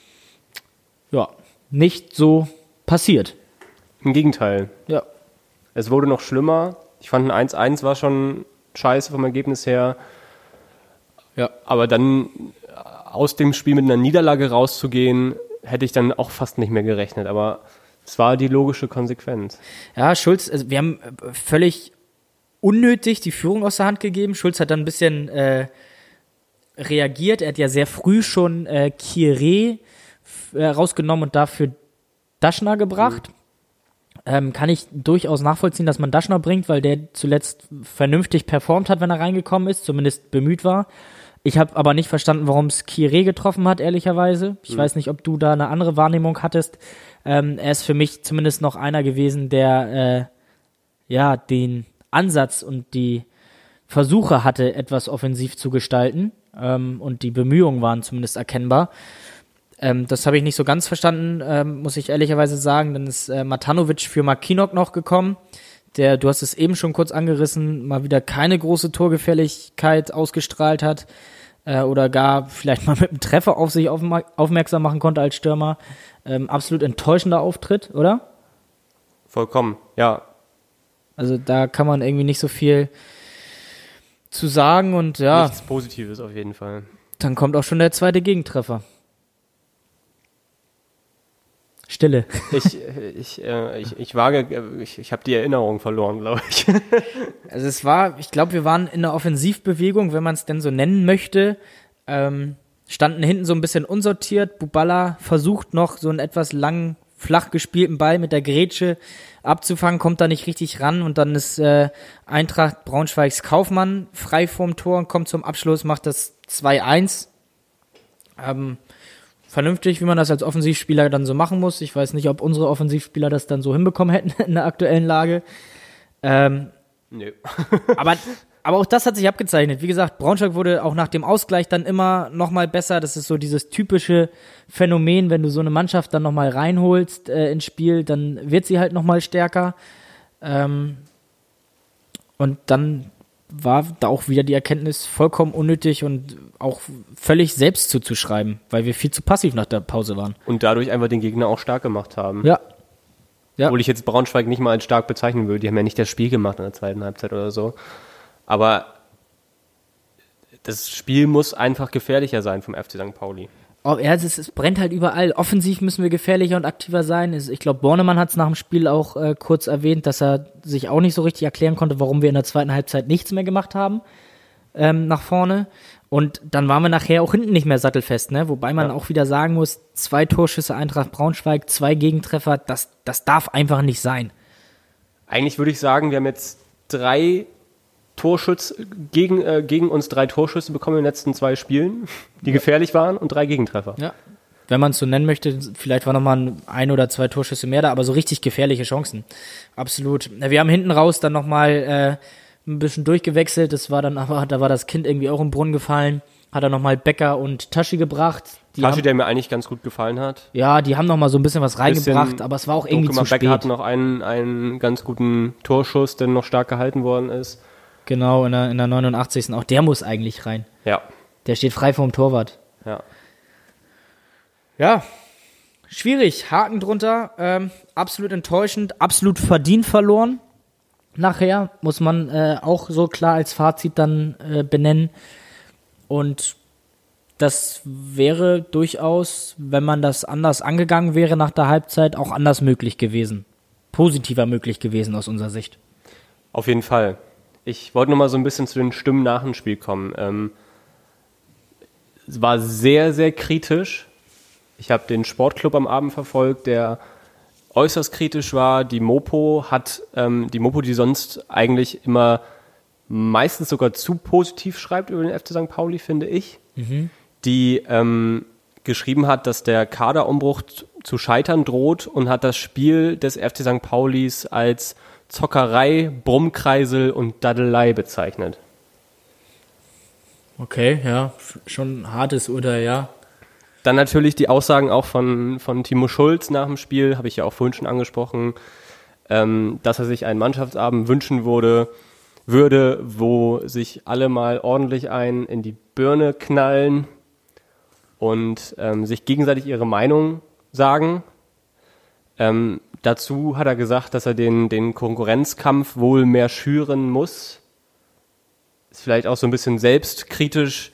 nicht so passiert. Im Gegenteil. Ja. Es wurde noch schlimmer. Ich fand ein 1-1 war schon scheiße vom Ergebnis her. Ja. Aber dann aus dem Spiel mit einer Niederlage rauszugehen, hätte ich dann auch fast nicht mehr gerechnet. Aber es war die logische Konsequenz. Ja, Schulz, also wir haben völlig unnötig die Führung aus der Hand gegeben. Schulz hat dann ein bisschen reagiert. Er hat ja sehr früh schon Kieré rausgenommen und dafür Daschner gebracht. Kann ich durchaus nachvollziehen, dass man Daschner bringt, weil der zuletzt vernünftig performt hat, wenn er reingekommen ist, zumindest bemüht war. Ich habe aber nicht verstanden, warum es Kieré getroffen hat, ehrlicherweise. Ich weiß nicht, ob du da eine andere Wahrnehmung hattest. Er ist für mich zumindest noch einer gewesen, der den Ansatz und die Versuche hatte, etwas offensiv zu gestalten. Und die Bemühungen waren zumindest erkennbar. Das habe ich nicht so ganz verstanden, muss ich ehrlicherweise sagen. Dann ist Matanovic für Makinok noch gekommen. Du hast es eben schon kurz angerissen, mal wieder keine große Torgefährlichkeit ausgestrahlt hat oder gar vielleicht mal mit einem Treffer auf sich aufmerksam machen konnte als Stürmer. Absolut enttäuschender Auftritt, oder? Vollkommen, ja. Also da kann man irgendwie nicht so viel zu sagen und ja. Nichts Positives auf jeden Fall. Dann kommt auch schon der zweite Gegentreffer. Stille. Ich habe die Erinnerung verloren, glaube ich. Also ich glaube, wir waren in einer Offensivbewegung, wenn man es denn so nennen möchte, standen hinten so ein bisschen unsortiert. Buballa versucht noch so einen etwas langen, flach gespielten Ball mit der Grätsche abzufangen, kommt da nicht richtig ran und dann ist Eintracht Braunschweigs Kaufmann frei vorm Tor und kommt zum Abschluss, macht das 2-1. Vernünftig, wie man das als Offensivspieler dann so machen muss. Ich weiß nicht, ob unsere Offensivspieler das dann so hinbekommen hätten in der aktuellen Lage. Nö. aber auch das hat sich abgezeichnet. Wie gesagt, Braunschweig wurde auch nach dem Ausgleich dann immer noch mal besser. Das ist so dieses typische Phänomen, wenn du so eine Mannschaft dann noch mal reinholst ins Spiel, dann wird sie halt noch mal stärker. Und dann war da auch wieder die Erkenntnis vollkommen unnötig und auch völlig selbst zuzuschreiben, weil wir viel zu passiv nach der Pause waren. Und dadurch einfach den Gegner auch stark gemacht haben. Ja. Obwohl ich jetzt Braunschweig nicht mal als stark bezeichnen würde. Die haben ja nicht das Spiel gemacht in der zweiten Halbzeit oder so. Aber das Spiel muss einfach gefährlicher sein vom FC St. Pauli. Oh, ja, es brennt halt überall. Offensiv müssen wir gefährlicher und aktiver sein. Ich glaube, Bornemann hat es nach dem Spiel auch kurz erwähnt, dass er sich auch nicht so richtig erklären konnte, warum wir in der zweiten Halbzeit nichts mehr gemacht haben nach vorne. Und dann waren wir nachher auch hinten nicht mehr sattelfest, ne? Wobei man auch wieder sagen muss, 2 Torschüsse Eintracht Braunschweig, 2 Gegentreffer, das darf einfach nicht sein. Eigentlich würde ich sagen, wir haben jetzt 3 gegen uns 3 Torschüsse bekommen in den letzten 2 Spielen, die gefährlich waren und 3 Gegentreffer. Ja. Wenn man es so nennen möchte, vielleicht war nochmal 1 oder 2 Torschüsse mehr da, aber so richtig gefährliche Chancen. Absolut. Wir haben hinten raus dann nochmal ein bisschen durchgewechselt, da war das Kind irgendwie auch im Brunnen gefallen, hat er nochmal Becker und Taschi gebracht. Taschi, der mir eigentlich ganz gut gefallen hat. Ja, die haben nochmal so ein bisschen was reingebracht, aber es war auch irgendwie zu spät. Becker hat noch einen ganz guten Torschuss, der noch stark gehalten worden ist. Genau, in der 89. Auch der muss eigentlich rein. Ja. Der steht frei vorm Torwart. Ja. Ja, schwierig. Haken drunter. Absolut enttäuschend. Absolut verdient verloren. Nachher muss man auch so klar als Fazit dann benennen. Und das wäre durchaus, wenn man das anders angegangen wäre nach der Halbzeit, auch anders möglich gewesen. Positiver möglich gewesen aus unserer Sicht. Auf jeden Fall. Ich wollte noch mal so ein bisschen zu den Stimmen nach dem Spiel kommen. Es war sehr, sehr kritisch. Ich habe den Sportclub am Abend verfolgt, der äußerst kritisch war. Die Mopo, die sonst eigentlich immer meistens sogar zu positiv schreibt über den FC St. Pauli, finde ich, die geschrieben hat, dass der Kaderumbruch zu scheitern droht und hat das Spiel des FC St. Paulis als Zockerei, Brummkreisel und Daddelei bezeichnet. Okay, ja, schon ein hartes Urteil, ja. Dann natürlich die Aussagen auch von Timo Schulz nach dem Spiel, habe ich ja auch vorhin schon angesprochen, dass er sich einen Mannschaftsabend wünschen würde, wo sich alle mal ordentlich einen in die Birne knallen und sich gegenseitig ihre Meinung sagen. Dazu hat er gesagt, dass er den Konkurrenzkampf wohl mehr schüren muss. Ist vielleicht auch so ein bisschen selbstkritisch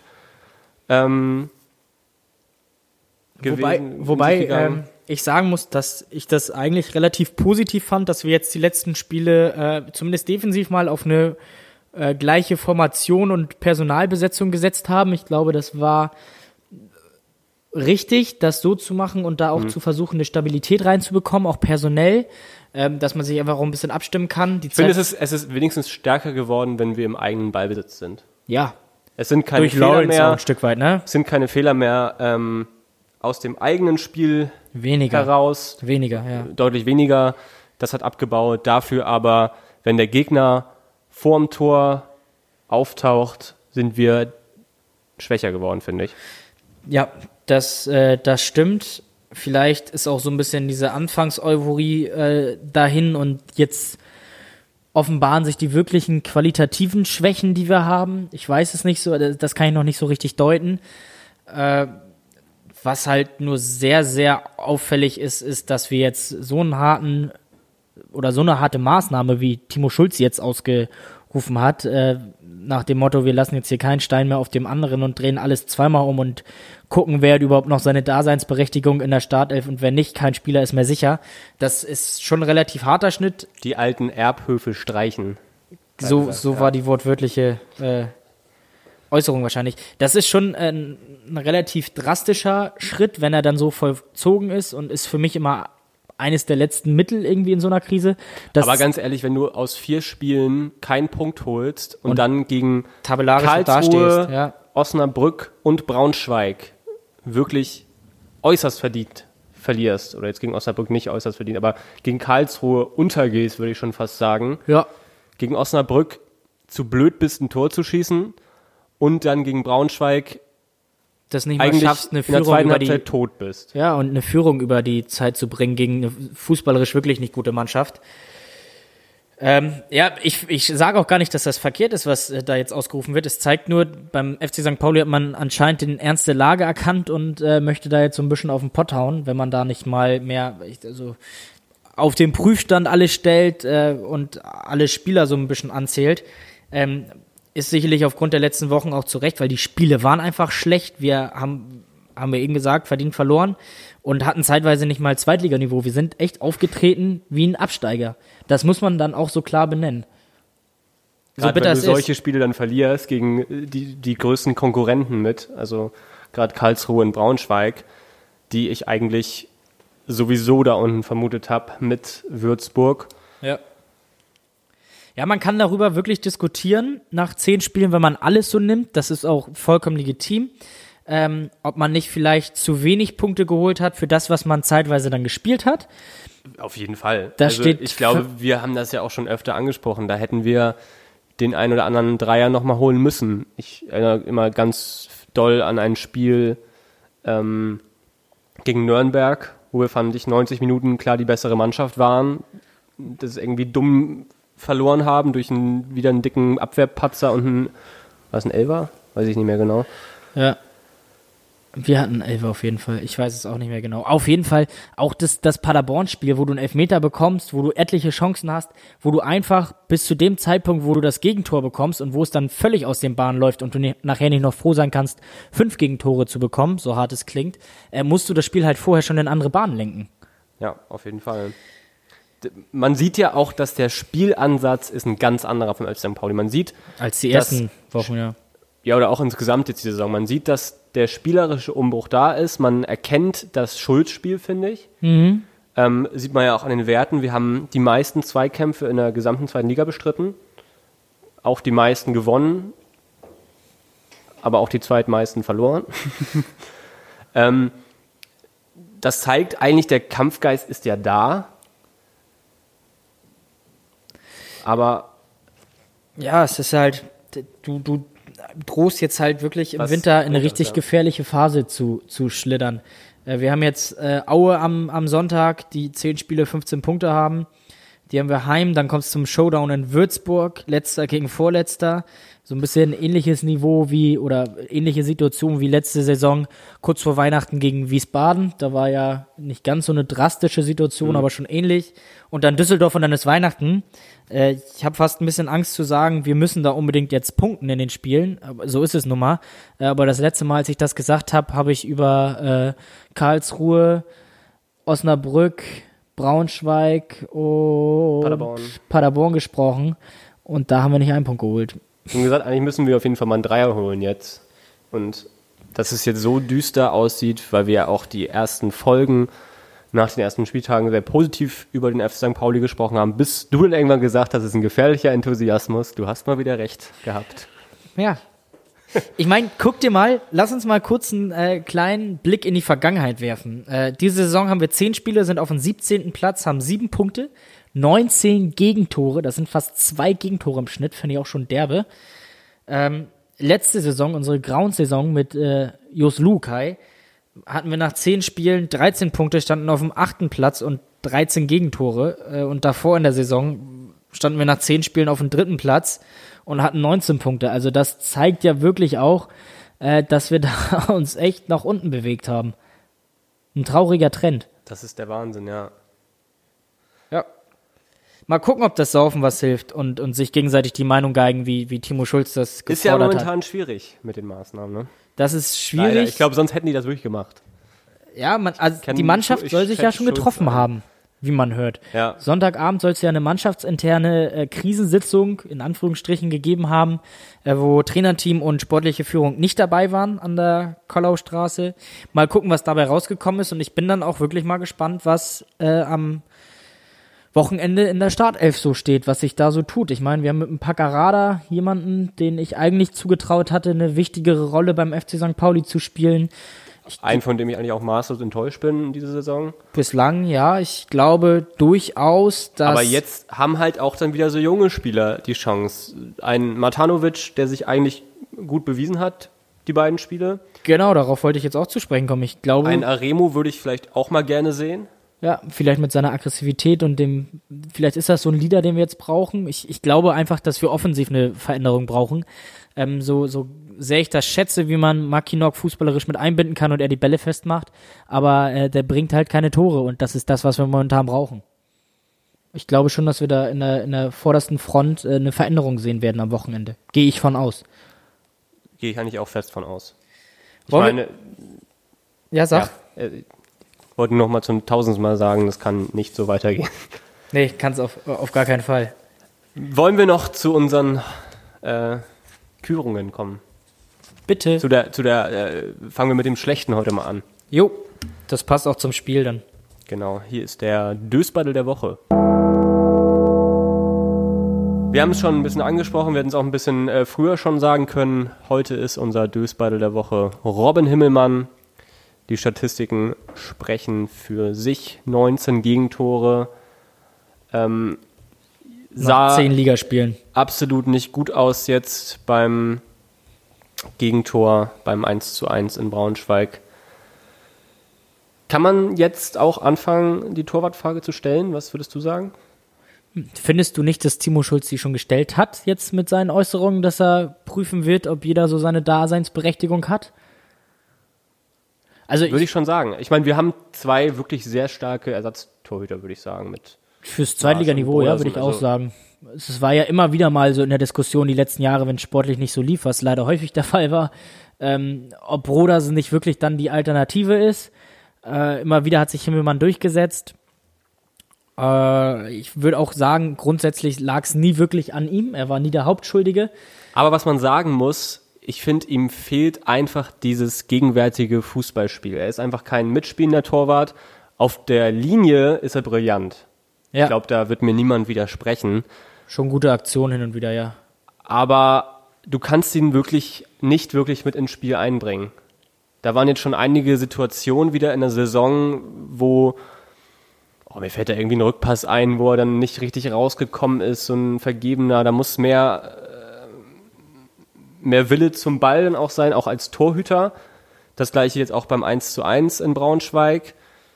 Wobei ich sagen muss, dass ich das eigentlich relativ positiv fand, dass wir jetzt die letzten Spiele zumindest defensiv mal auf eine gleiche Formation und Personalbesetzung gesetzt haben. Ich glaube, das war richtig, das so zu machen und da auch zu versuchen, eine Stabilität reinzubekommen, auch personell, dass man sich einfach auch ein bisschen abstimmen kann. Ich finde, es ist wenigstens stärker geworden, wenn wir im eigenen Ballbesitz sind. Ja. Es sind keine durch Fehler Lawrence mehr. auch ein Stück weit, ne? Es sind keine Fehler mehr aus dem eigenen Spiel heraus. Weniger, ja. Deutlich weniger. Das hat abgebaut. Dafür aber, wenn der Gegner vorm Tor auftaucht, sind wir schwächer geworden, finde ich. Ja, das stimmt. Vielleicht ist auch so ein bisschen diese Anfangseuphorie dahin und jetzt offenbaren sich die wirklichen qualitativen Schwächen, die wir haben. Ich weiß es nicht so, das kann ich noch nicht so richtig deuten. Was halt nur sehr, sehr auffällig ist, dass wir jetzt so eine harte Maßnahme, wie Timo Schulz jetzt ausgerufen hat, nach dem Motto, wir lassen jetzt hier keinen Stein mehr auf dem anderen und drehen alles zweimal um und gucken, wer hat überhaupt noch seine Daseinsberechtigung in der Startelf und wer nicht, kein Spieler ist mehr sicher. Das ist schon ein relativ harter Schnitt. Die alten Erbhöfe streichen. So war die wortwörtliche Äußerung wahrscheinlich. Das ist schon ein relativ drastischer Schritt, wenn er dann so vollzogen ist und ist für mich immer eines der letzten Mittel irgendwie in so einer Krise. Aber ganz ehrlich, wenn du aus 4 Spielen keinen Punkt holst und dann gegen tabellarisch Karlsruhe, ja. Osnabrück und Braunschweig wirklich äußerst verdient verlierst, oder jetzt gegen Osnabrück nicht äußerst verdient, aber gegen Karlsruhe untergehst, würde ich schon fast sagen. Ja. Gegen Osnabrück zu blöd bist, ein Tor zu schießen und dann gegen Braunschweig das nicht mal eigentlich schaffst, eine in der Führung zweiten über Halbzeit tot bist. Ja, und eine Führung über die Zeit zu bringen gegen eine fußballerisch wirklich nicht gute Mannschaft. Ich sage auch gar nicht, dass das verkehrt ist, was da jetzt ausgerufen wird. Es zeigt nur, beim FC St. Pauli hat man anscheinend den Ernst der Lage erkannt und möchte da jetzt so ein bisschen auf den Pott hauen, wenn man da nicht mal mehr auf den Prüfstand alles stellt und alle Spieler so ein bisschen anzählt. Ist sicherlich aufgrund der letzten Wochen auch zu Recht, weil die Spiele waren einfach schlecht. Wir haben wir eben gesagt, verdient verloren und hatten zeitweise nicht mal Zweitliganiveau. Wir sind echt aufgetreten wie ein Absteiger. Das muss man dann auch so klar benennen. Gerade wenn du solche Spiele dann verlierst gegen die größten Konkurrenten mit, also gerade Karlsruhe und Braunschweig, die ich eigentlich sowieso da unten vermutet habe mit Würzburg. Ja. Ja, man kann darüber wirklich diskutieren nach 10 Spielen, wenn man alles so nimmt. Das ist auch vollkommen legitim. Ob man nicht vielleicht zu wenig Punkte geholt hat für das, was man zeitweise dann gespielt hat. Auf jeden Fall. Ich glaube, wir haben das ja auch schon öfter angesprochen. Da hätten wir den ein oder anderen Dreier nochmal holen müssen. Ich erinnere immer ganz doll an ein Spiel gegen Nürnberg, wo wir, fand ich, 90 Minuten klar die bessere Mannschaft waren. Das irgendwie dumm verloren haben durch wieder einen dicken Abwehrpatzer und ein Elfer? Weiß ich nicht mehr genau. Ja. Wir hatten 11 auf jeden Fall. Ich weiß es auch nicht mehr genau. Auf jeden Fall auch das Paderborn-Spiel, wo du einen Elfmeter bekommst, wo du etliche Chancen hast, wo du einfach bis zu dem Zeitpunkt, wo du das Gegentor bekommst und wo es dann völlig aus den Bahnen läuft und du nachher nicht noch froh sein kannst, 5 Gegentore zu bekommen, so hart es klingt, musst du das Spiel halt vorher schon in andere Bahnen lenken. Ja, auf jeden Fall. Man sieht ja auch, dass der Spielansatz ist ein ganz anderer vom FC St. Pauli. Man sieht, als die ersten Wochen, ja. Ja, oder auch insgesamt jetzt die Saison. Man sieht, dass der spielerische Umbruch da ist. Man erkennt das Schulzspiel, finde ich. Mhm. Sieht man ja auch an den Werten. Wir haben die meisten Zweikämpfe in der gesamten zweiten Liga bestritten. Auch die meisten gewonnen. Aber auch die zweitmeisten verloren. Das zeigt eigentlich, der Kampfgeist ist ja da. Aber ja, es ist halt, du drohst jetzt halt wirklich im Winter in eine richtig gefährliche Phase zu schlittern. Wir haben jetzt Aue am Sonntag, die 10 Spiele, 15 Punkte haben. Die haben wir heim, dann kommt es zum Showdown in Würzburg, letzter gegen Vorletzter. So ein bisschen ähnliches Niveau oder ähnliche Situation wie letzte Saison, kurz vor Weihnachten gegen Wiesbaden. Da war ja nicht ganz so eine drastische Situation, aber schon ähnlich. Und dann Düsseldorf und dann ist Weihnachten. Ich habe fast ein bisschen Angst zu sagen, wir müssen da unbedingt jetzt punkten in den Spielen. Aber so ist es nun mal. Aber das letzte Mal, als ich das gesagt habe, habe ich über Karlsruhe, Osnabrück, Braunschweig und Paderborn gesprochen. Und da haben wir nicht einen Punkt geholt. Ich habe gesagt, eigentlich müssen wir auf jeden Fall mal einen Dreier holen jetzt. Und dass es jetzt so düster aussieht, weil wir ja auch die ersten Folgen nach den ersten Spieltagen sehr positiv über den FC St. Pauli gesprochen haben, bis du dann irgendwann gesagt hast, es ist ein gefährlicher Enthusiasmus. Du hast mal wieder recht gehabt. Ja. Ich meine, lass uns mal kurz einen kleinen Blick in die Vergangenheit werfen. Diese Saison haben wir 10 Spiele, sind auf dem 17. Platz, haben 7 Punkte, 19 Gegentore, das sind fast 2 Gegentore im Schnitt, finde ich auch schon derbe. Letzte Saison, unsere Ground-Saison mit Jos Lukai, hatten wir nach 10 Spielen 13 Punkte, standen auf dem 8. Platz und 13 Gegentore. Und davor in der Saison standen wir nach 10 Spielen auf dem 3. Platz und hatten 19 Punkte. Also das zeigt ja wirklich auch, dass wir da uns echt nach unten bewegt haben. Ein trauriger Trend. Das ist der Wahnsinn, ja. Ja. Mal gucken, ob das Saufen was hilft und sich gegenseitig die Meinung geigen, wie Timo Schulz das gefordert hat. Ist ja momentan schwierig mit den Maßnahmen, ne? Das ist schwierig. Leider. Ich glaube, sonst hätten die das wirklich gemacht. Ja, die Mannschaft soll sich ja schon getroffen haben, wie man hört. Ja. Sonntagabend soll es ja eine mannschaftsinterne Krisensitzung in Anführungsstrichen gegeben haben, wo Trainerteam und sportliche Führung nicht dabei waren an der Kollaustraße. Mal gucken, was dabei rausgekommen ist, und ich bin dann auch wirklich mal gespannt, was am Wochenende in der Startelf so steht, was sich da so tut. Ich meine, wir haben mit dem Paccarada jemanden, den ich eigentlich zugetraut hatte, eine wichtigere Rolle beim FC St. Pauli zu spielen. Einen, von dem ich eigentlich auch maßlos enttäuscht bin diese Saison. Bislang, ja. Ich glaube durchaus, dass... Aber jetzt haben halt auch dann wieder so junge Spieler die Chance. Ein Matanovic, der sich eigentlich gut bewiesen hat, die beiden Spiele. Genau, darauf wollte ich jetzt auch zu sprechen kommen. Ich glaube... Ein Aremo würde ich vielleicht auch mal gerne sehen. Ja, vielleicht mit seiner Aggressivität und vielleicht ist das so ein Leader, den wir jetzt brauchen. Ich glaube einfach, dass wir offensiv eine Veränderung brauchen. So sehr ich das schätze, wie man Mackinock fußballerisch mit einbinden kann und er die Bälle festmacht, aber der bringt halt keine Tore, und das ist das, was wir momentan brauchen. Ich glaube schon, dass wir da in der vordersten Front eine Veränderung sehen werden am Wochenende. Gehe ich von aus. Gehe ich eigentlich auch fest von aus. Ja, sag. Ja, wollte noch mal zum 1000. Mal sagen, das kann nicht so weitergehen. Nee, kann es auf gar keinen Fall. Wollen wir noch zu unseren Kürungen kommen? Bitte. Fangen wir mit dem Schlechten heute mal an. Jo, das passt auch zum Spiel dann. Genau, hier ist der Dösbaddel der Woche. Wir haben es schon ein bisschen angesprochen, wir hätten es auch ein bisschen früher schon sagen können. Heute ist unser Dösbaddel der Woche Robin Himmelmann. Die Statistiken sprechen für sich. 19 Gegentore. Nach 10 Ligaspielen. Absolut nicht gut aus jetzt beim Gegentor, beim 1:1 in Braunschweig. Kann man jetzt auch anfangen, die Torwartfrage zu stellen? Was würdest du sagen? Findest du nicht, dass Timo Schulz die schon gestellt hat, jetzt mit seinen Äußerungen, dass er prüfen wird, ob jeder so seine Daseinsberechtigung hat? Also Würde ich schon sagen. Ich meine, wir haben 2 wirklich sehr starke Ersatztorhüter, würde ich sagen, mit fürs Zweitliganiveau, ja, würde ich auch sagen. Es war ja immer wieder mal so in der Diskussion die letzten Jahre, wenn sportlich nicht so lief, was leider häufig der Fall war, ob Brodersen nicht wirklich dann die Alternative ist. Immer wieder hat sich Himmelmann durchgesetzt. Ich würde auch sagen, grundsätzlich lag es nie wirklich an ihm. Er war nie der Hauptschuldige. Aber was man sagen muss, ich finde, ihm fehlt einfach dieses gegenwärtige Fußballspiel. Er ist einfach kein mitspielender Torwart. Auf der Linie ist er brillant. Ja. Ich glaube, da wird mir niemand widersprechen. Schon gute Aktion hin und wieder, ja. Aber du kannst ihn nicht wirklich mit ins Spiel einbringen. Da waren jetzt schon einige Situationen wieder in der Saison, wo, mir fällt da irgendwie ein Rückpass ein, wo er dann nicht richtig rausgekommen ist, so ein Vergebener, da muss mehr Wille zum Ball dann auch sein, auch als Torhüter. Das gleiche jetzt auch beim 1:1 in Braunschweig.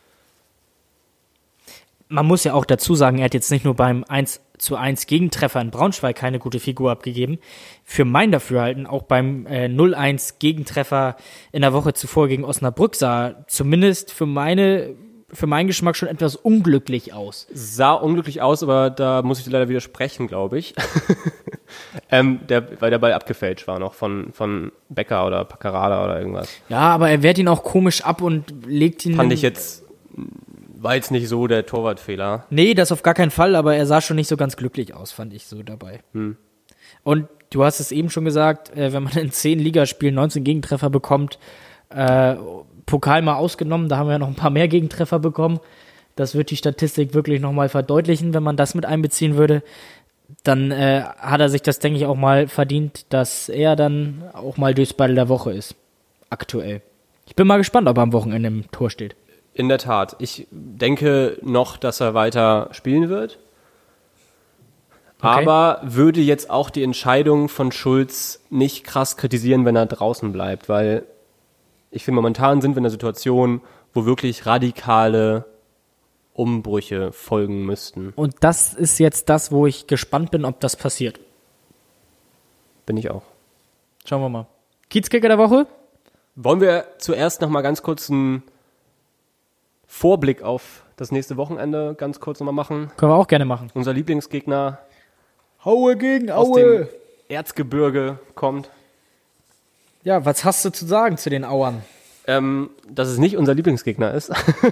Man muss ja auch dazu sagen, er hat jetzt nicht nur beim 1:1 Gegentreffer in Braunschweig keine gute Figur abgegeben. Für mein Dafürhalten auch beim 0:1 Gegentreffer in der Woche zuvor gegen Osnabrück sah zumindest für meinen Geschmack schon etwas unglücklich aus. Sah unglücklich aus, aber da muss ich dir leider widersprechen, glaube ich. Weil der Ball abgefälscht war noch von Becker oder Paccarada oder irgendwas. Ja, aber er wehrt ihn auch komisch ab und legt ihn... War jetzt nicht so der Torwartfehler. Nee, das auf gar keinen Fall, aber er sah schon nicht so ganz glücklich aus, fand ich so dabei. Und du hast es eben schon gesagt, wenn man in 10 Ligaspielen 19 Gegentreffer bekommt, Pokal mal ausgenommen, da haben wir ja noch ein paar mehr Gegentreffer bekommen. Das wird die Statistik wirklich nochmal verdeutlichen, wenn man das mit einbeziehen würde. Dann hat er sich das, denke ich, auch mal verdient, dass er dann auch mal durchs Battle der Woche ist. Aktuell. Ich bin mal gespannt, ob er am Wochenende im Tor steht. In der Tat. Ich denke noch, dass er weiter spielen wird. Okay. Aber würde jetzt auch die Entscheidung von Schulz nicht krass kritisieren, wenn er draußen bleibt, weil ich finde, momentan sind wir in einer Situation, wo wirklich radikale Umbrüche folgen müssten. Und das ist jetzt das, wo ich gespannt bin, ob das passiert. Bin ich auch. Schauen wir mal. Kiezkicker der Woche? Wollen wir zuerst noch mal ganz kurz einen Vorblick auf das nächste Wochenende ganz kurz nochmal machen? Können wir auch gerne machen. Unser Lieblingsgegner Haue gegen aus dem Erzgebirge kommt. Ja, was hast du zu sagen zu den Auern? Dass es nicht unser Lieblingsgegner ist.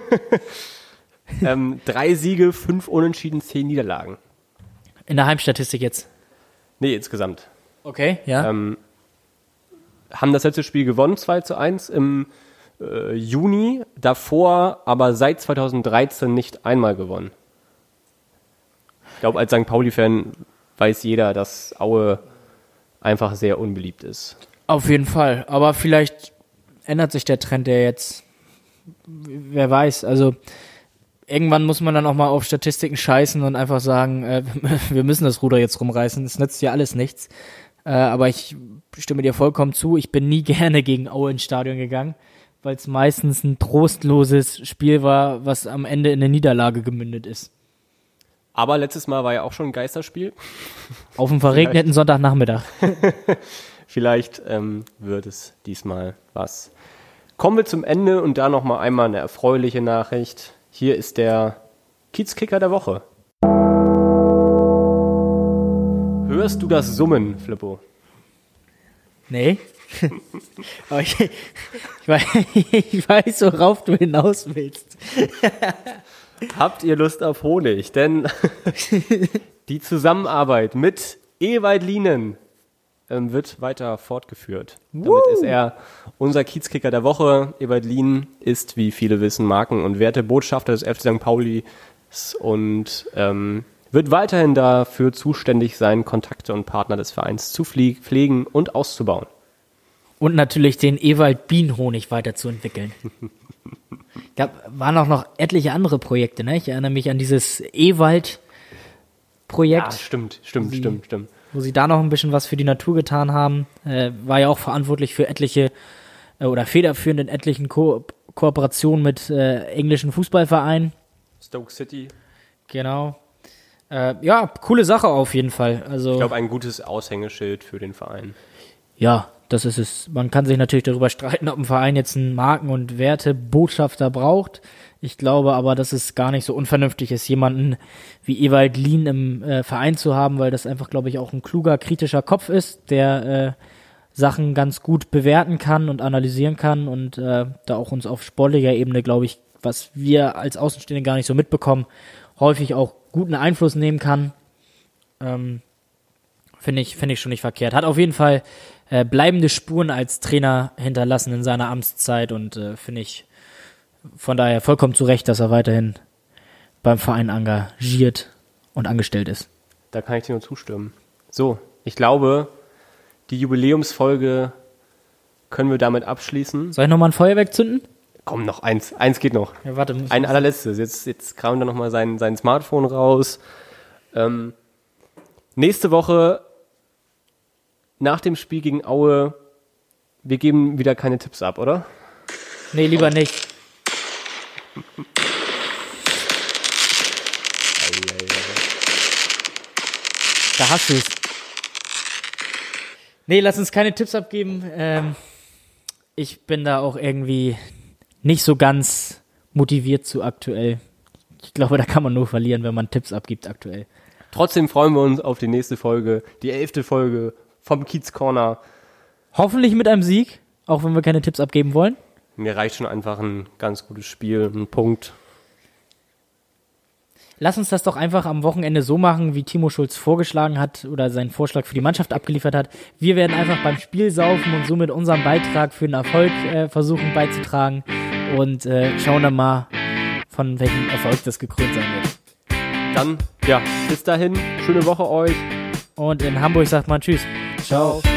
3 Siege, 5 Unentschieden, 10 Niederlagen. In der Heimstatistik jetzt. Nee, insgesamt. Okay, ja. Haben das letzte Spiel gewonnen, 2:1 im Juni. Davor aber seit 2013 nicht einmal gewonnen. Ich glaube, als St. Pauli-Fan weiß jeder, dass Aue einfach sehr unbeliebt ist. Auf jeden Fall. Aber vielleicht ändert sich der Trend ja jetzt. Wer weiß. Also irgendwann muss man dann auch mal auf Statistiken scheißen und einfach sagen, wir müssen das Ruder jetzt rumreißen. Es nützt ja alles nichts. Aber ich stimme dir vollkommen zu. Ich bin nie gerne gegen Aue ins Stadion gegangen, weil es meistens ein trostloses Spiel war, was am Ende in eine Niederlage gemündet ist. Aber letztes Mal war ja auch schon ein Geisterspiel. Auf dem verregneten Sonntagnachmittag. Vielleicht wird es diesmal was. Kommen wir zum Ende und da nochmal einmal eine erfreuliche Nachricht. Hier ist der Kiezkicker der Woche. Hörst du das Summen, Flippo? Nee. Aber ich weiß, worauf du hinaus willst. Habt ihr Lust auf Honig? Denn die Zusammenarbeit mit Ewald Lienen wird weiter fortgeführt. Damit ist er unser Kiezkicker der Woche. Ewald Lienen ist, wie viele wissen, Marken- und Wertebotschafter des FC St. Pauli und wird weiterhin dafür zuständig sein, Kontakte und Partner des Vereins zu pflegen und auszubauen. Und natürlich den Ewald Bienenhonig weiterzuentwickeln. Da waren auch noch etliche andere Projekte, ne? Ich erinnere mich an dieses Ewald-Projekt. Ja, stimmt. Wo sie da noch ein bisschen was für die Natur getan haben. War ja auch verantwortlich für etliche oder federführend in etlichen Kooperationen mit englischen Fußballvereinen. Stoke City. Genau. Ja, coole Sache auf jeden Fall. Also, Ich glaube, ein gutes Aushängeschild für den Verein. ja, das ist es. Man kann sich natürlich darüber streiten, ob ein Verein jetzt einen Marken- und Wertebotschafter braucht. Ich glaube aber, dass es gar nicht so unvernünftig ist, jemanden wie Ewald Lien im Verein zu haben, weil das einfach, glaube ich, auch ein kluger, kritischer Kopf ist, der Sachen ganz gut bewerten kann und analysieren kann und da auch uns auf sportlicher Ebene, glaube ich, was wir als Außenstehende gar nicht so mitbekommen, häufig auch guten Einfluss nehmen kann. Finde ich schon nicht verkehrt. Hat auf jeden Fall bleibende Spuren als Trainer hinterlassen in seiner Amtszeit und finde ich von daher vollkommen zu Recht, dass er weiterhin beim Verein engagiert und angestellt ist. Da kann ich dir nur zustimmen. So, ich glaube, die Jubiläumsfolge können wir damit abschließen. Soll ich nochmal ein Feuerwerk zünden? Komm, noch eins. Eins geht noch. Ja, warte. Ein allerletztes. Jetzt kramt er nochmal sein Smartphone raus. Nächste Woche nach dem Spiel gegen Aue, wir geben wieder keine Tipps ab, oder? Nee, lieber nicht. Da hast du es. Nee, lass uns keine Tipps abgeben. Ich bin da auch irgendwie nicht so ganz motiviert zu aktuell. Ich glaube, da kann man nur verlieren, wenn man Tipps abgibt aktuell. Trotzdem freuen wir uns auf die nächste Folge, die 11. Folge vom Kiez Corner. Hoffentlich mit einem Sieg, auch wenn wir keine Tipps abgeben wollen. Mir reicht schon einfach ein ganz gutes Spiel, ein Punkt. Lass uns das doch einfach am Wochenende so machen, wie Timo Schulz vorgeschlagen hat oder seinen Vorschlag für die Mannschaft abgeliefert hat. Wir werden einfach beim Spiel saufen und somit unseren Beitrag für den Erfolg versuchen beizutragen und schauen dann mal, von welchem Erfolg das gekrönt sein wird. Dann, ja, bis dahin, schöne Woche euch. Und in Hamburg sagt man Tschüss. Ciao.